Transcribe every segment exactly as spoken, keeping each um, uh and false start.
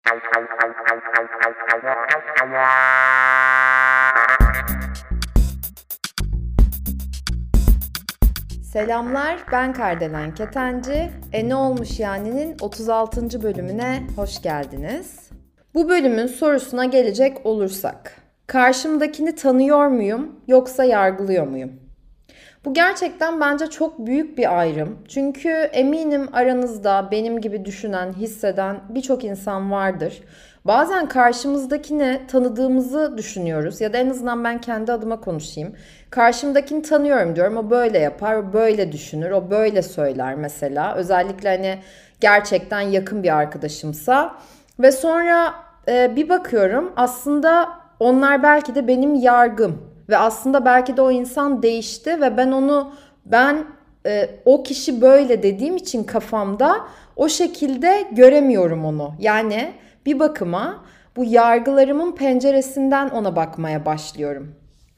Selamlar, ben Kardelen Ketenci. E Ne Olmuş Yani'nin otuz altıncı bölümüne hoş geldiniz. Bu bölümün sorusuna gelecek olursak, karşımdakini tanıyor muyum yoksa yargılıyor muyum? Bu gerçekten bence çok büyük bir ayrım. Çünkü eminim aranızda benim gibi düşünen, hisseden birçok insan vardır. Bazen karşımızdakini tanıdığımızı düşünüyoruz ya da en azından ben kendi adıma konuşayım. Karşımdakini tanıyorum diyorum, o böyle yapar, o böyle düşünür, o böyle söyler mesela. Özellikle hani gerçekten yakın bir arkadaşımsa. Ve sonra e, bir bakıyorum aslında onlar belki de benim yargım. Ve aslında belki de o insan değişti ve ben onu, ben e, o kişi böyle dediğim için kafamda o şekilde göremiyorum onu. Yani bir bakıma bu yargılarımın penceresinden ona bakmaya başlıyorum.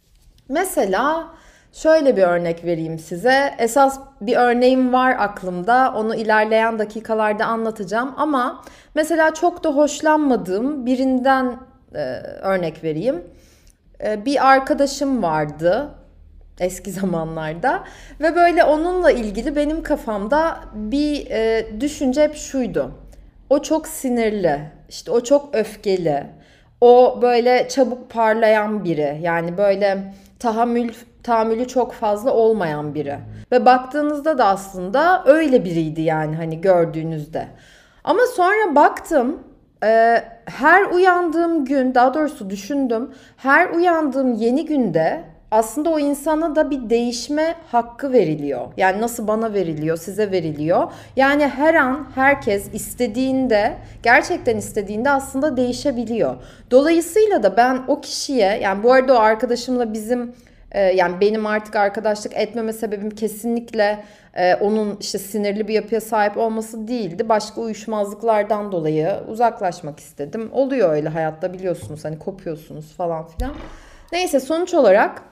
Mesela şöyle bir örnek vereyim size. Esas bir örneğim var aklımda. Onu ilerleyen dakikalarda anlatacağım. Ama mesela çok da hoşlanmadığım birinden e, örnek vereyim. E, bir arkadaşım vardı eski zamanlarda ve böyle onunla ilgili benim kafamda bir e, düşünce hep şuydu. O çok sinirli, işte o çok öfkeli, o böyle çabuk parlayan biri, yani böyle tahammül tahammülü çok fazla olmayan biri. Ve baktığınızda da aslında öyle biriydi yani hani gördüğünüzde. Ama sonra baktım, e, her uyandığım gün, daha doğrusu düşündüm, her uyandığım yeni günde aslında o insana da bir değişme hakkı veriliyor. Yani nasıl bana veriliyor, size veriliyor. Yani her an herkes istediğinde, gerçekten istediğinde aslında değişebiliyor. Dolayısıyla da ben o kişiye, yani bu arada o arkadaşımla bizim, e, yani benim artık arkadaşlık etmeme sebebim kesinlikle e, onun işte sinirli bir yapıya sahip olması değildi. Başka uyuşmazlıklardan dolayı uzaklaşmak istedim. Oluyor öyle hayatta, biliyorsunuz, hani kopuyorsunuz falan filan. Neyse, sonuç olarak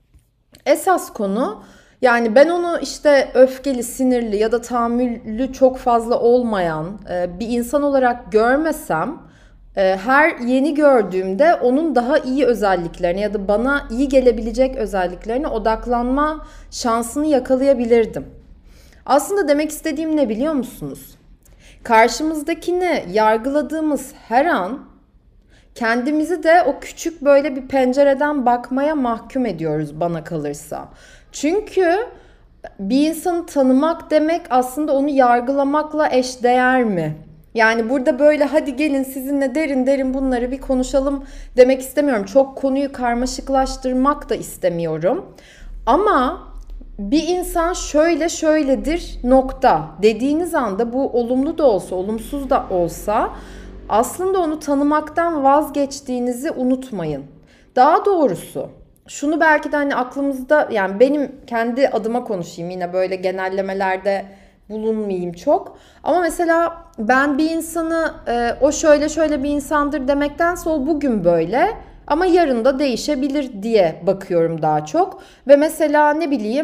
esas konu, yani ben onu işte öfkeli, sinirli ya da tahammülü çok fazla olmayan bir insan olarak görmesem, her yeni gördüğümde onun daha iyi özelliklerine ya da bana iyi gelebilecek özelliklerine odaklanma şansını yakalayabilirdim. Aslında demek istediğim ne biliyor musunuz? Karşımızdakini yargıladığımız her an kendimizi de o küçük böyle bir pencereden bakmaya mahkum ediyoruz bana kalırsa. Çünkü bir insanı tanımak demek aslında onu yargılamakla eşdeğer mi? Yani burada böyle hadi gelin sizinle derin derin bunları bir konuşalım demek istemiyorum. Çok konuyu karmaşıklaştırmak da istemiyorum. Ama bir insan şöyle şöyledir nokta dediğiniz anda, bu olumlu da olsa olumsuz da olsa, aslında onu tanımaktan vazgeçtiğinizi unutmayın. Daha doğrusu şunu belki de hani aklımızda, yani benim kendi adıma konuşayım, yine böyle genellemelerde bulunmayayım çok. Ama mesela ben bir insanı e, o şöyle şöyle bir insandır demektense o bugün böyle ama yarın da değişebilir diye bakıyorum daha çok. Ve mesela ne bileyim,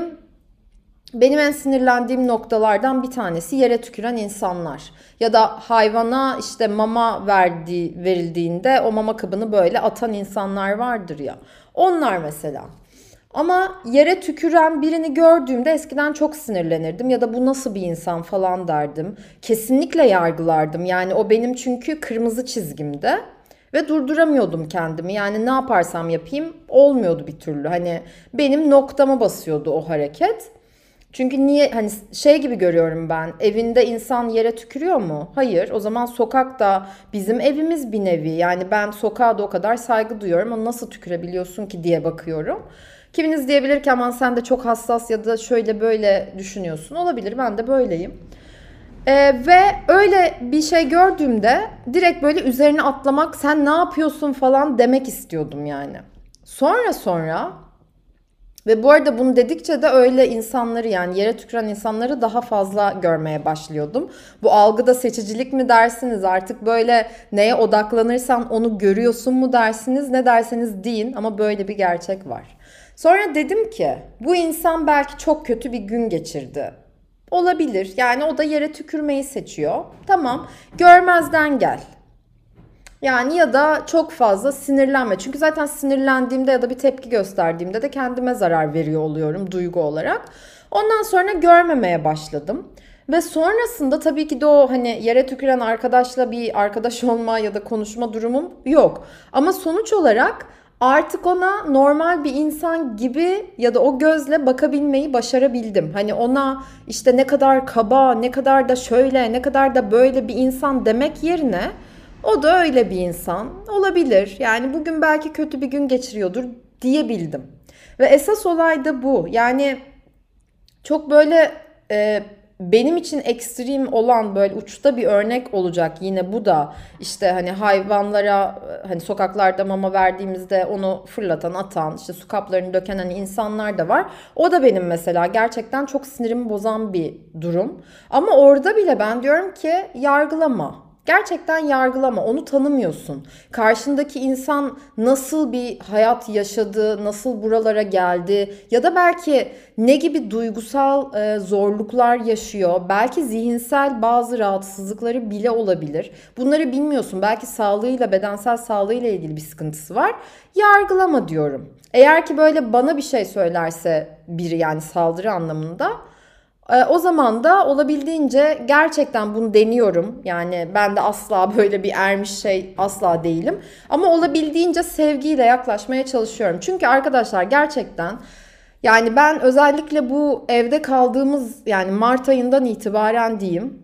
benim en sinirlendiğim noktalardan bir tanesi yere tüküren insanlar. Ya da hayvana işte mama verdiği, verildiğinde o mama kabını böyle atan insanlar vardır ya. Onlar mesela. Ama yere tüküren birini gördüğümde eskiden çok sinirlenirdim ya da bu nasıl bir insan falan derdim. Kesinlikle yargılardım. Yani o benim çünkü kırmızı çizgimdi. Ve durduramıyordum kendimi. Yani ne yaparsam yapayım olmuyordu bir türlü. Hani benim noktama basıyordu o hareket. Çünkü niye, hani şey gibi görüyorum ben, evinde insan yere tükürüyor mu? Hayır. O zaman sokak da bizim evimiz bir nevi. Yani ben sokağa da o kadar saygı duyuyorum ama nasıl tükürebiliyorsun ki diye bakıyorum. Kiminiz diyebilir ki aman sen de çok hassas ya da şöyle böyle düşünüyorsun. Olabilir, ben de böyleyim. Ee, ve öyle bir şey gördüğümde direkt böyle üzerine atlamak, sen ne yapıyorsun falan demek istiyordum yani. Sonra sonra ve bu arada bunu dedikçe de öyle insanları, yani yere tüküren insanları daha fazla görmeye başlıyordum. Bu algıda seçicilik mi dersiniz, artık böyle neye odaklanırsan onu görüyorsun mu dersiniz, ne derseniz deyin, ama böyle bir gerçek var. Sonra dedim ki bu insan belki çok kötü bir gün geçirdi. Olabilir, yani o da yere tükürmeyi seçiyor. Tamam, görmezden gel. Yani ya da çok fazla sinirlenme. Çünkü zaten sinirlendiğimde ya da bir tepki gösterdiğimde de kendime zarar veriyor oluyorum duygu olarak. Ondan sonra görmemeye başladım. Ve sonrasında tabii ki de o hani yere tüküren arkadaşla bir arkadaş olma ya da konuşma durumum yok. Ama sonuç olarak artık ona normal bir insan gibi ya da o gözle bakabilmeyi başarabildim. Hani ona işte ne kadar kaba, ne kadar da şöyle, ne kadar da böyle bir insan demek yerine o da öyle bir insan olabilir. Yani bugün belki kötü bir gün geçiriyordur diyebildim. Ve esas olay da bu. Yani çok böyle e, benim için ekstrem olan böyle uçta bir örnek olacak yine bu da işte hani hayvanlara hani sokaklarda mama verdiğimizde onu fırlatan, atan, işte su kaplarını döken hani insanlar da var. O da benim mesela gerçekten çok sinirimi bozan bir durum. Ama orada bile ben diyorum ki yargılama. Gerçekten yargılama, onu tanımıyorsun. Karşındaki insan nasıl bir hayat yaşadı, nasıl buralara geldi ya da belki ne gibi duygusal e, zorluklar yaşıyor. Belki zihinsel bazı rahatsızlıkları bile olabilir. Bunları bilmiyorsun. Belki sağlığıyla, bedensel sağlığıyla ilgili bir sıkıntısı var. Yargılama diyorum. Eğer ki böyle bana bir şey söylerse biri yani saldırı anlamında o zaman da olabildiğince gerçekten bunu deniyorum. Yani ben de asla böyle bir ermiş şey asla değilim. Ama olabildiğince sevgiyle yaklaşmaya çalışıyorum. Çünkü arkadaşlar gerçekten yani ben özellikle bu evde kaldığımız yani Mart ayından itibaren diyeyim.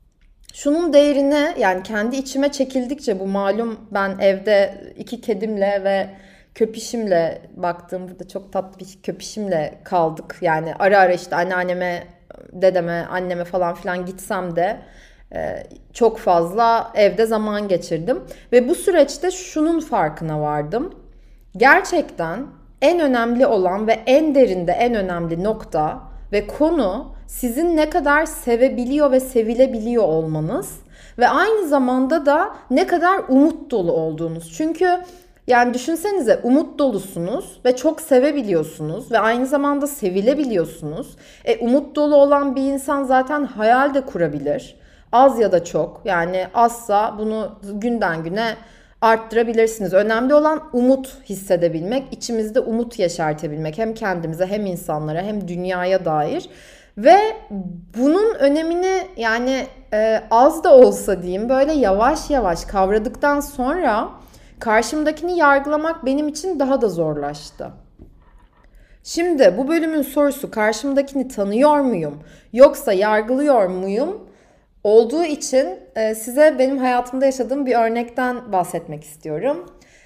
Şunun değerini yani kendi içime çekildikçe bu malum ben evde iki kedimle ve köpişimle baktığım burada çok tatlı bir köpişimle kaldık. Yani ara ara işte anneanneme, dedeme, anneme falan filan gitsem de e, çok fazla evde zaman geçirdim. Ve bu süreçte şunun farkına vardım. Gerçekten en önemli olan ve en derinde en önemli nokta ve konu sizin ne kadar sevebiliyor ve sevilebiliyor olmanız ve aynı zamanda da ne kadar umut dolu olduğunuz. Çünkü yani düşünsenize umut dolusunuz ve çok sevebiliyorsunuz ve aynı zamanda sevilebiliyorsunuz. E, umut dolu olan bir insan zaten hayal de kurabilir. Az ya da çok yani azsa bunu günden güne arttırabilirsiniz. Önemli olan umut hissedebilmek, içimizde umut yaşartabilmek hem kendimize hem insanlara hem dünyaya dair. Ve bunun önemini yani e, az da olsa diyeyim böyle yavaş yavaş kavradıktan sonra karşımdakini yargılamak benim için daha da zorlaştı. Şimdi bu bölümün sorusu karşımdakini tanıyor muyum yoksa yargılıyor muyum olduğu için size benim hayatımda yaşadığım bir örnekten bahsetmek istiyorum.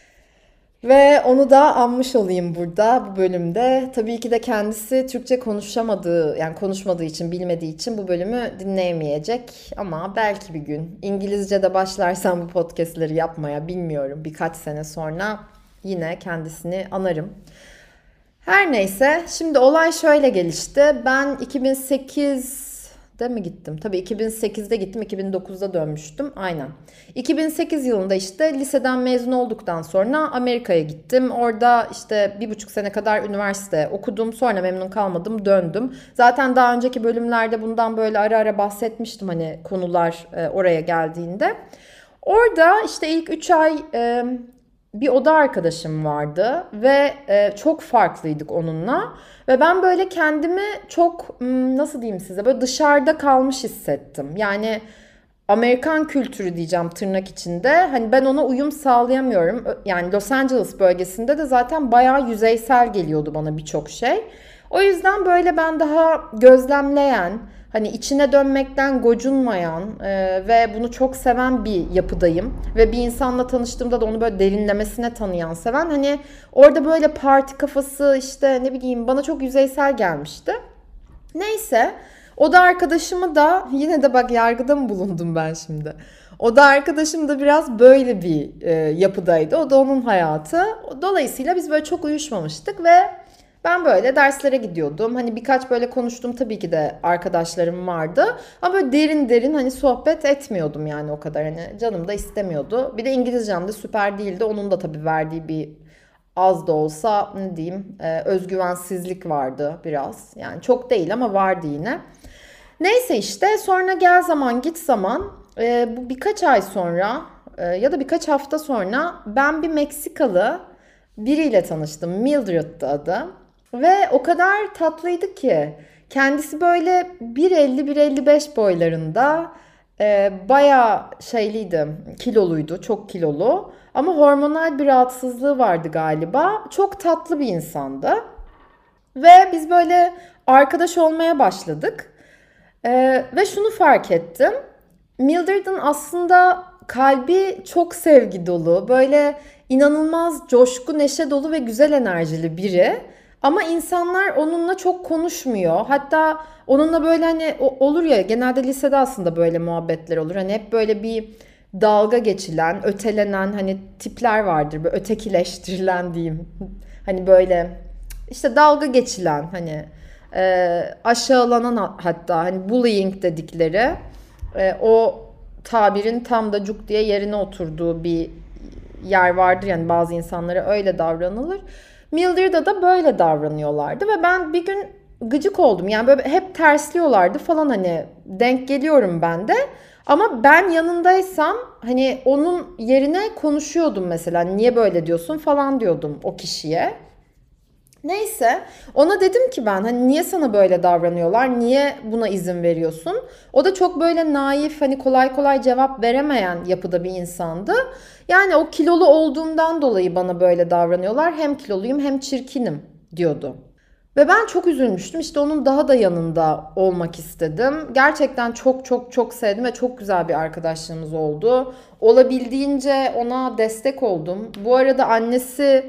Ve onu da anmış olayım burada bu bölümde. Tabii ki de kendisi Türkçe konuşamadığı yani konuşmadığı için bilmediği için bu bölümü dinleyemeyecek. Ama belki bir gün İngilizce'de başlarsam bu podcastleri yapmaya bilmiyorum. Birkaç sene sonra yine kendisini anarım. Her neyse şimdi olay şöyle gelişti. Ben iki bin sekizde mi gittim? Tabii iki bin sekizde gittim, iki bin dokuzda dönmüştüm. Aynen. iki bin sekiz yılında işte liseden mezun olduktan sonra Amerika'ya gittim. Orada işte bir buçuk sene kadar üniversite okudum. Sonra memnun kalmadım, döndüm. Zaten daha önceki bölümlerde bundan böyle ara ara bahsetmiştim hani konular oraya geldiğinde. Orada işte ilk üç ay bir oda arkadaşım vardı ve çok farklıydık onunla. Ve ben böyle kendimi çok nasıl diyeyim size böyle dışarıda kalmış hissettim. Yani Amerikan kültürü diyeceğim tırnak içinde. Hani ben ona uyum sağlayamıyorum. Yani Los Angeles bölgesinde de zaten bayağı yüzeysel geliyordu bana birçok şey. O yüzden böyle ben daha gözlemleyen, hani içine dönmekten gocunmayan e, ve bunu çok seven bir yapıdayım. Ve bir insanla tanıştığımda da onu böyle derinlemesine tanıyan, seven. Hani orada böyle parti kafası işte ne bileyim bana çok yüzeysel gelmişti. Neyse o da arkadaşımı da yine de bak yargıda mı bulundum ben şimdi? O da arkadaşım da biraz böyle bir e, yapıdaydı. O da onun hayatı. Dolayısıyla biz böyle çok uyuşmamıştık ve ben böyle derslere gidiyordum. Hani birkaç böyle konuştuğum tabii ki de arkadaşlarım vardı. Ama böyle derin derin hani sohbet etmiyordum yani o kadar. Hani canım da istemiyordu. Bir de İngilizcem de süper değildi. Onun da tabii verdiği bir az da olsa ne diyeyim e, özgüvensizlik vardı biraz. Yani çok değil ama vardı yine. Neyse işte sonra gel zaman git zaman e, bu birkaç ay sonra e, ya da birkaç hafta sonra ben bir Meksikalı biriyle tanıştım. Mildred'di adı. Ve o kadar tatlıydı ki. Kendisi böyle bir elli bir elli beş boylarında, e, bayağı şeyliydi, kiloluydu, çok kilolu. Ama hormonal bir rahatsızlığı vardı galiba. Çok tatlı bir insandı. Ve biz böyle arkadaş olmaya başladık. Ee, ve şunu fark ettim. Mildred'in aslında kalbi çok sevgi dolu. Böyle inanılmaz coşku, neşe dolu ve güzel enerjili biri. Ama insanlar onunla çok konuşmuyor. Hatta onunla böyle hani olur ya, genelde lisede aslında böyle muhabbetler olur. Hani hep böyle bir dalga geçilen, ötelenen hani tipler vardır. Böyle ötekileştirilen diyeyim. Hani böyle işte dalga geçilen, hani e, aşağılanan, hatta hani bullying dedikleri, e, o tabirin tam da cuk diye yerine oturduğu bir yer vardır. Yani bazı insanlara öyle davranılır. Mildred'a da böyle davranıyorlardı ve ben bir gün gıcık oldum. Yani böyle hep tersliyorlardı falan, hani denk geliyorum ben de. Ama ben yanındaysam hani onun yerine konuşuyordum mesela. Niye böyle diyorsun falan diyordum o kişiye. Neyse, ona dedim ki ben hani niye sana böyle davranıyorlar, niye buna izin veriyorsun? O da çok böyle naif, hani kolay kolay cevap veremeyen yapıda bir insandı. Yani o kilolu olduğumdan dolayı bana böyle davranıyorlar, hem kiloluyum hem çirkinim diyordu. Ve ben çok üzülmüştüm, işte onun daha da yanında olmak istedim. Gerçekten çok çok çok sevdim ve çok güzel bir arkadaşlığımız oldu. Olabildiğince ona destek oldum. Bu arada annesi...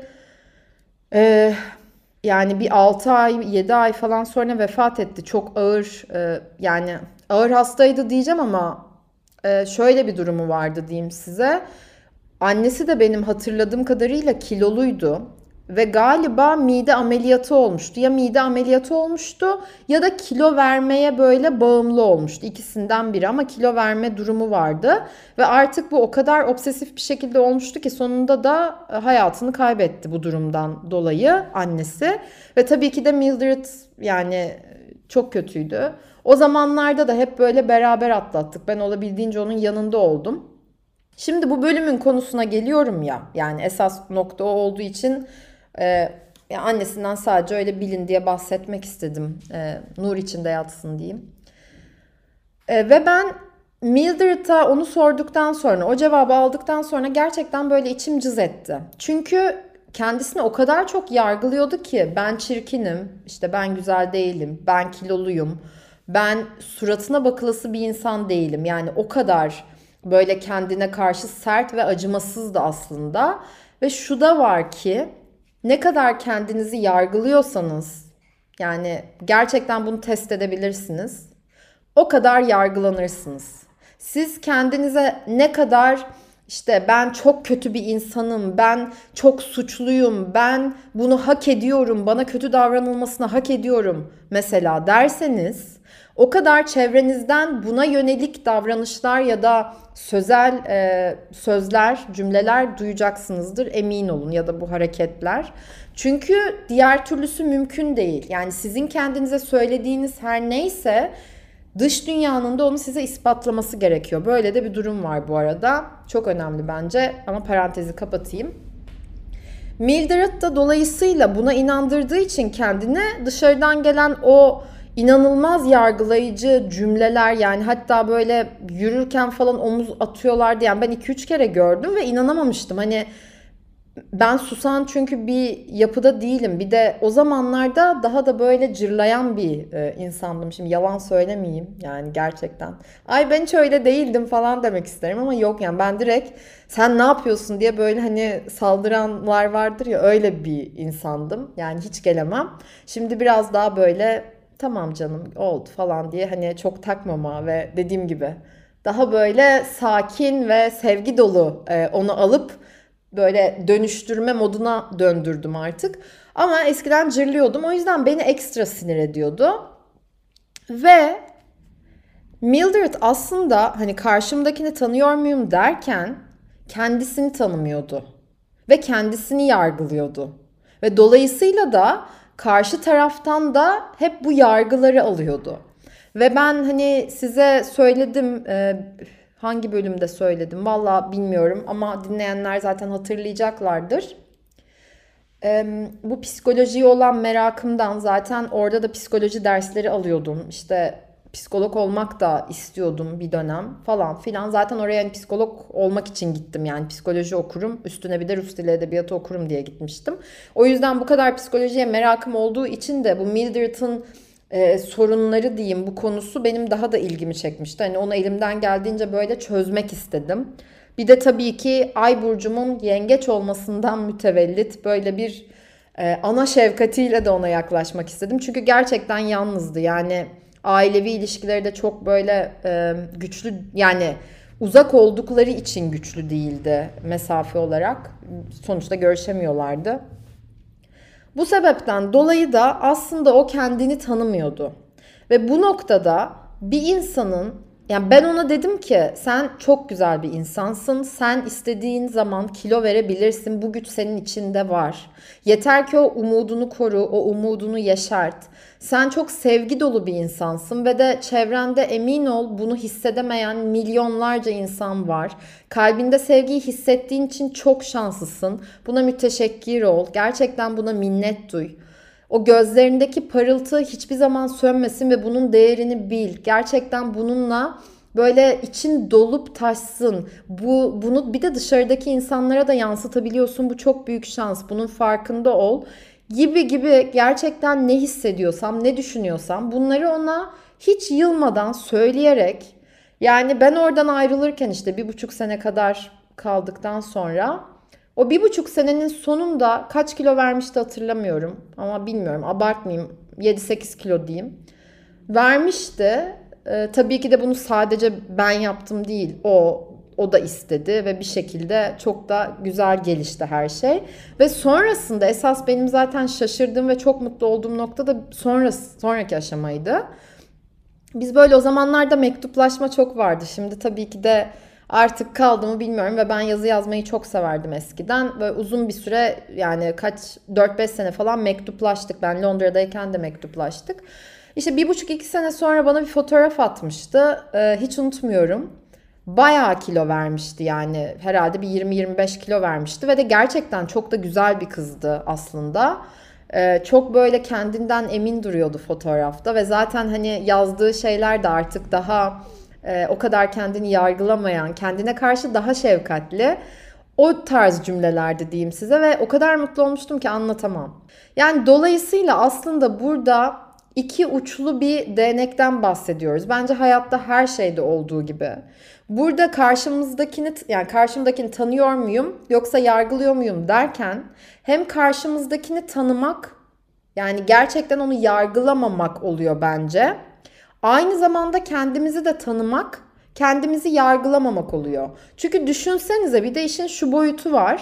Ee, Yani bir altı ay yedi ay falan sonra vefat etti. Çok ağır, e, yani ağır hastaydı diyeceğim ama e, şöyle bir durumu vardı diyeyim size. Annesi de benim hatırladığım kadarıyla kiloluydu. Ve galiba mide ameliyatı olmuştu. Ya mide ameliyatı olmuştu ya da kilo vermeye böyle bağımlı olmuştu. İkisinden biri, ama kilo verme durumu vardı. Ve artık bu o kadar obsesif bir şekilde olmuştu ki sonunda da hayatını kaybetti bu durumdan dolayı annesi. Ve tabii ki de Mildred yani çok kötüydü. O zamanlarda da hep böyle beraber atlattık. Ben olabildiğince onun yanında oldum. Şimdi bu bölümün konusuna geliyorum ya. Yani esas nokta o olduğu için e, ya annesinden sadece öyle bilin diye bahsetmek istedim. E, nur içinde yatsın diyeyim. E, ve ben Mildred'a onu sorduktan sonra, o cevabı aldıktan sonra gerçekten böyle içim cız etti. Çünkü kendisini o kadar çok yargılıyordu ki, ben çirkinim, işte ben güzel değilim, ben kiloluyum, ben suratına bakılası bir insan değilim. Yani o kadar böyle kendine karşı sert ve acımasız da aslında. Ve şu da var ki, ne kadar kendinizi yargılıyorsanız, yani gerçekten bunu test edebilirsiniz, o kadar yargılanırsınız. Siz kendinize ne kadar işte ben çok kötü bir insanım, ben çok suçluyum, ben bunu hak ediyorum, bana kötü davranılmasını hak ediyorum mesela derseniz, o kadar çevrenizden buna yönelik davranışlar ya da sözel e, sözler, cümleler duyacaksınızdır, emin olun, ya da bu hareketler. Çünkü diğer türlüsü mümkün değil. Yani sizin kendinize söylediğiniz her neyse, dış dünyanın da onu size ispatlaması gerekiyor. Böyle de bir durum var bu arada. Çok önemli bence, ama parantezi kapatayım. Mildred da dolayısıyla buna inandırdığı için kendini, dışarıdan gelen o inanılmaz yargılayıcı cümleler, yani hatta böyle yürürken falan omuz atıyorlardı. Yani ben iki üç kere gördüm ve inanamamıştım. Hani ben susan çünkü bir yapıda değilim. Bir de o zamanlarda daha da böyle cırlayan bir e, insandım. Şimdi yalan söylemeyeyim yani, gerçekten. Ay ben hiç öyle değildim falan demek isterim ama yok, yani ben direkt sen ne yapıyorsun diye böyle hani saldıranlar vardır ya, öyle bir insandım. Yani hiç gelemem. Şimdi biraz daha böyle tamam canım oldu falan diye hani çok takmama ve dediğim gibi daha böyle sakin ve sevgi dolu e, onu alıp böyle dönüştürme moduna döndürdüm artık. Ama eskiden cırlıyordum. O yüzden beni ekstra sinir ediyordu. Ve Mildred aslında hani karşımdakini tanıyor muyum derken kendisini tanımıyordu. Ve kendisini yargılıyordu. Ve dolayısıyla da karşı taraftan da hep bu yargıları alıyordu. Ve ben hani size söyledim, Hangi bölümde söyledim? Vallahi bilmiyorum ama dinleyenler zaten hatırlayacaklardır. Em, bu psikolojiye olan merakımdan zaten orada da psikoloji dersleri alıyordum. İşte psikolog olmak da istiyordum bir dönem falan filan. Zaten oraya hani psikolog olmak için gittim, yani psikoloji okurum. Üstüne bir de Rus dili edebiyatı okurum diye gitmiştim. O yüzden bu kadar psikolojiye merakım olduğu için de bu Mildred'ın e, sorunları diyeyim, bu konusu benim daha da ilgimi çekmişti. Hani onu elimden geldiğince böyle çözmek istedim. Bir de tabii ki Ay burcumun yengeç olmasından mütevellit böyle bir e, ana şefkatiyle de ona yaklaşmak istedim. Çünkü gerçekten yalnızdı. Yani ailevi ilişkileri de çok böyle e, güçlü, yani uzak oldukları için güçlü değildi mesafe olarak. Sonuçta görüşemiyorlardı. Bu sebepten dolayı da aslında o kendini tanımıyordu. Ve bu noktada bir insanın, yani ben ona dedim ki sen çok güzel bir insansın. Sen istediğin zaman kilo verebilirsin. Bu güç senin içinde var. Yeter ki o umudunu koru, o umudunu yeşert. Sen çok sevgi dolu bir insansın ve de çevrende emin ol bunu hissedemeyen milyonlarca insan var. Kalbinde sevgiyi hissettiğin için çok şanslısın. Buna müteşekkir ol. Gerçekten buna minnet duy. O gözlerindeki parıltı hiçbir zaman sönmesin ve bunun değerini bil. Gerçekten bununla böyle için dolup taşsın. Bu bunu bir de dışarıdaki insanlara da yansıtabiliyorsun. Bu çok büyük şans. Bunun farkında ol. Gibi gibi, gerçekten ne hissediyorsam, ne düşünüyorsam bunları ona hiç yılmadan söyleyerek, yani ben oradan ayrılırken işte bir buçuk sene kadar kaldıktan sonra, o bir buçuk senenin sonunda kaç kilo vermişti hatırlamıyorum. Ama bilmiyorum, abartmayayım, yedi sekiz kilo diyeyim. Vermişti. Ee, tabii ki de bunu sadece ben yaptım değil. O o da istedi ve bir şekilde çok da güzel gelişti her şey. Ve sonrasında esas benim zaten şaşırdığım ve çok mutlu olduğum nokta da sonrası, sonraki aşamaydı. Biz böyle o zamanlarda mektuplaşma çok vardı. Şimdi tabii ki de artık kaldı mı bilmiyorum ve ben yazı yazmayı çok severdim eskiden. Böyle uzun bir süre, yani kaç dört beş sene falan mektuplaştık. Ben Londra'dayken de mektuplaştık. İşte bir buçuk iki sene sonra bana bir fotoğraf atmıştı. Ee, hiç unutmuyorum. Bayağı kilo vermişti, yani herhalde bir yirmi yirmi beş kilo vermişti ve de gerçekten çok da güzel bir kızdı aslında. Ee, çok böyle kendinden emin duruyordu fotoğrafta ve zaten hani yazdığı şeyler de artık daha e, o kadar kendini yargılamayan, kendine karşı daha şefkatli, o tarz cümlelerdi diyeyim size ve o kadar mutlu olmuştum ki anlatamam. Yani dolayısıyla aslında burada iki uçlu bir değnekten bahsediyoruz. Bence hayatta her şeyde olduğu gibi. Burada karşımızdakini, yani karşımdakini tanıyor muyum yoksa yargılıyor muyum derken, hem karşımızdakini tanımak, yani gerçekten onu yargılamamak oluyor bence. Aynı zamanda kendimizi de tanımak, kendimizi yargılamamak oluyor. Çünkü düşünsenize, bir de işin şu boyutu var.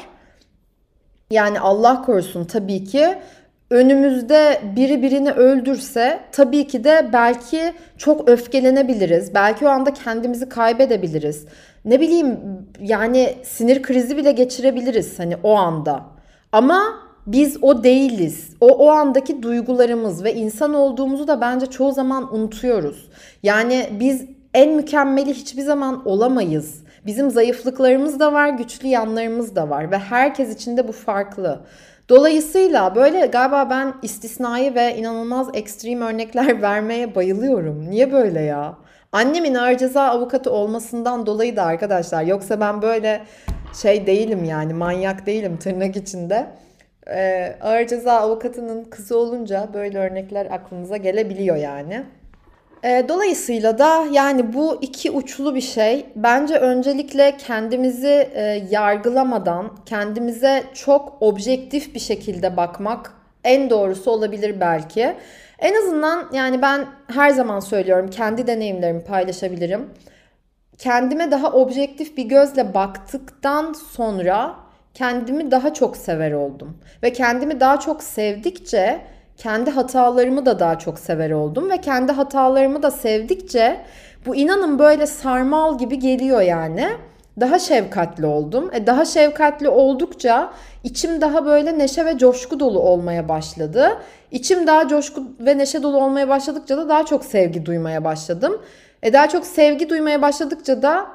Yani Allah korusun tabii ki, önümüzde biri birini öldürse tabii ki de belki çok öfkelenebiliriz. Belki o anda kendimizi kaybedebiliriz. Ne bileyim, yani sinir krizi bile geçirebiliriz hani o anda. Ama biz o değiliz. O o andaki duygularımız ve insan olduğumuzu da bence çoğu zaman unutuyoruz. Yani biz en mükemmeli hiçbir zaman olamayız. Bizim zayıflıklarımız da var, güçlü yanlarımız da var ve herkes için de bu farklı. Dolayısıyla böyle galiba ben istisnai ve inanılmaz ekstrem örnekler vermeye bayılıyorum. Niye böyle ya? Annemin ağır ceza avukatı olmasından dolayı da arkadaşlar. Yoksa ben böyle şey değilim, yani manyak değilim tırnak içinde. Ee, ağır ceza avukatının kızı olunca böyle örnekler aklınıza gelebiliyor yani. E, Dolayısıyla da yani bu iki uçlu bir şey. Bence öncelikle kendimizi e, yargılamadan kendimize çok objektif bir şekilde bakmak en doğrusu olabilir belki. En azından yani ben her zaman söylüyorum, kendi deneyimlerimi paylaşabilirim. Kendime daha objektif bir gözle baktıktan sonra kendimi daha çok sever oldum. Ve kendimi daha çok sevdikçe kendi hatalarımı da daha çok sever oldum. Ve kendi hatalarımı da sevdikçe bu, inanın, böyle sarmal gibi geliyor yani. Daha şefkatli oldum. E daha şefkatli oldukça içim daha böyle neşe ve coşku dolu olmaya başladı. İçim daha coşku ve neşe dolu olmaya başladıkça da daha çok sevgi duymaya başladım. E daha çok sevgi duymaya başladıkça da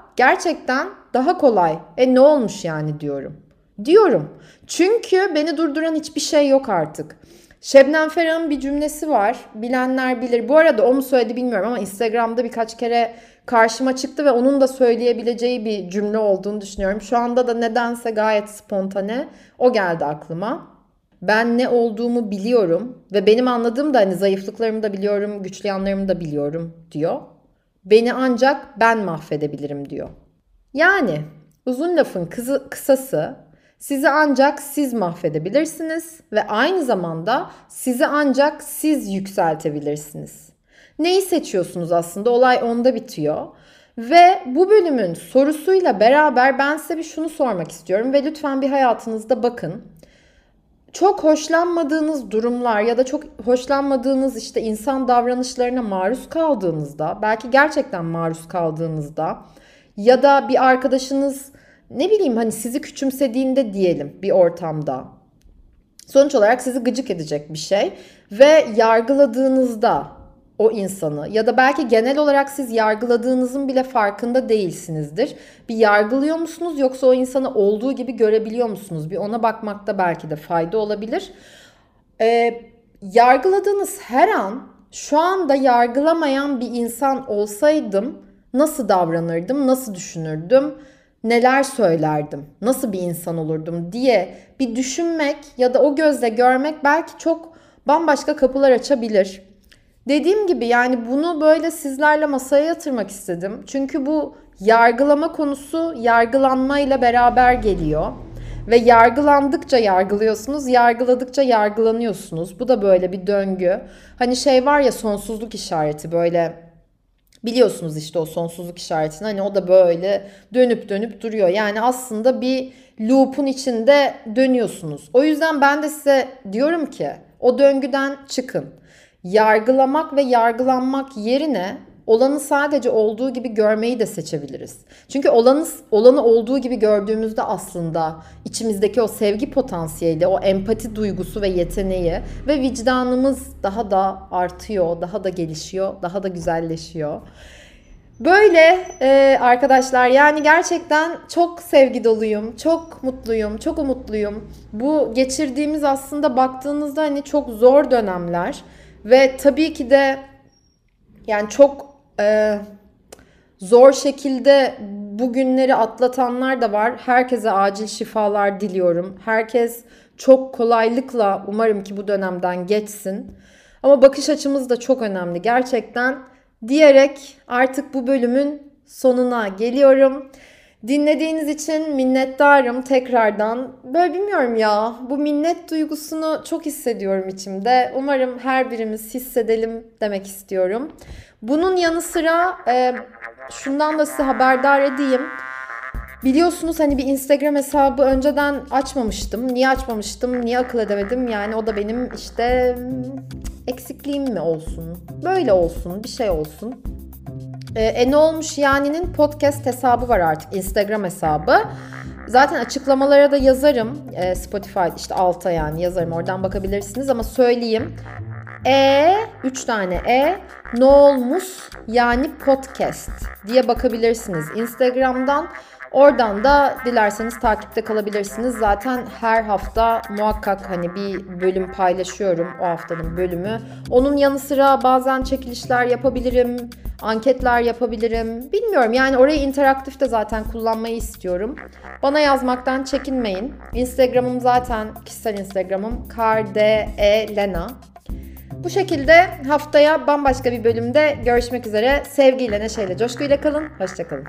gerçekten daha kolay. E ne olmuş yani diyorum. Diyorum. Çünkü beni durduran hiçbir şey yok artık. Şebnem Ferah'ın bir cümlesi var. Bilenler bilir. Bu arada o mu söyledi bilmiyorum ama Instagram'da birkaç kere karşıma çıktı ve onun da söyleyebileceği bir cümle olduğunu düşünüyorum. Şu anda da nedense gayet spontane o geldi aklıma. Ben ne olduğumu biliyorum ve benim anladığım da hani zayıflıklarımı da biliyorum, güçlü yanlarımı da biliyorum diyor. Beni ancak ben mahvedebilirim diyor. Yani uzun lafın kızı, kısası sizi ancak siz mahvedebilirsiniz ve aynı zamanda sizi ancak siz yükseltebilirsiniz. Neyi seçiyorsunuz aslında? Olay onda bitiyor. Ve bu bölümün sorusuyla beraber ben size bir şunu sormak istiyorum ve lütfen bir hayatınızda bakın. Çok hoşlanmadığınız durumlar ya da çok hoşlanmadığınız işte insan davranışlarına maruz kaldığınızda, belki gerçekten maruz kaldığınızda ya da bir arkadaşınız ne bileyim hani sizi küçümsediğinde diyelim bir ortamda. Sonuç olarak sizi gıcık edecek bir şey ve yargıladığınızda o insanı ya da belki genel olarak siz yargıladığınızın bile farkında değilsinizdir. Bir yargılıyor musunuz yoksa o insanı olduğu gibi görebiliyor musunuz? Bir ona bakmakta belki de fayda olabilir. Ee, yargıladığınız her an şu anda yargılamayan bir insan olsaydım nasıl davranırdım, nasıl düşünürdüm, neler söylerdim, nasıl bir insan olurdum diye bir düşünmek ya da o gözle görmek belki çok bambaşka kapılar açabilir. Dediğim gibi yani bunu böyle sizlerle masaya yatırmak istedim. Çünkü bu yargılama konusu yargılanmayla beraber geliyor. Ve yargılandıkça yargılıyorsunuz, yargıladıkça yargılanıyorsunuz. Bu da böyle bir döngü. Hani şey var ya sonsuzluk işareti böyle biliyorsunuz işte o sonsuzluk işaretini hani o da böyle dönüp dönüp duruyor. Yani aslında bir loop'un içinde dönüyorsunuz. O yüzden ben de size diyorum ki o döngüden çıkın. Yargılamak ve yargılanmak yerine olanı sadece olduğu gibi görmeyi de seçebiliriz. Çünkü olanı, olanı olduğu gibi gördüğümüzde aslında içimizdeki o sevgi potansiyeli, o empati duygusu ve yeteneği ve vicdanımız daha da artıyor, daha da gelişiyor, daha da güzelleşiyor. Böyle e, arkadaşlar yani gerçekten çok sevgi doluyum, çok mutluyum, çok umutluyum. Bu geçirdiğimiz aslında baktığınızda hani çok zor dönemler ve tabii ki de yani çok e, zor şekilde bu günleri atlatanlar da var. Herkese acil şifalar diliyorum. Herkes çok kolaylıkla umarım ki bu dönemden geçsin. Ama bakış açımız da çok önemli gerçekten diyerek artık bu bölümün sonuna geliyorum. Dinlediğiniz için minnettarım tekrardan. Böyle bilmiyorum ya bu minnet duygusunu çok hissediyorum içimde. Umarım her birimiz hissedelim demek istiyorum. Bunun yanı sıra e, şundan da size haberdar edeyim. Biliyorsunuz hani bir Instagram hesabı önceden açmamıştım. Niye açmamıştım? Niye akıl edemedim? Yani o da benim işte eksikliğim mi olsun? Böyle olsun, bir şey olsun. E, e ne olmuş yani'nin podcast hesabı var artık. Instagram hesabı. Zaten açıklamalara da yazarım. E, Spotify işte alta yani yazarım. Oradan bakabilirsiniz ama söyleyeyim. E, üç tane E, ne olmuş yani podcast diye bakabilirsiniz Instagram'dan. Oradan da dilerseniz takipte kalabilirsiniz. Zaten her hafta muhakkak hani bir bölüm paylaşıyorum o haftanın bölümü. Onun yanı sıra bazen çekilişler yapabilirim, anketler yapabilirim. Bilmiyorum yani orayı interaktif de zaten kullanmayı istiyorum. Bana yazmaktan çekinmeyin. Instagram'ım zaten kişisel Instagram'ım kardelena. Bu şekilde haftaya bambaşka bir bölümde görüşmek üzere. Sevgiyle, neşeyle, coşkuyla kalın. Hoşça kalın.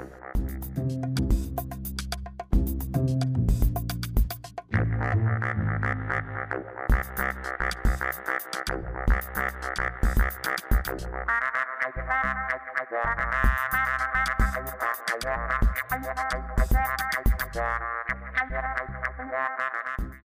Wow.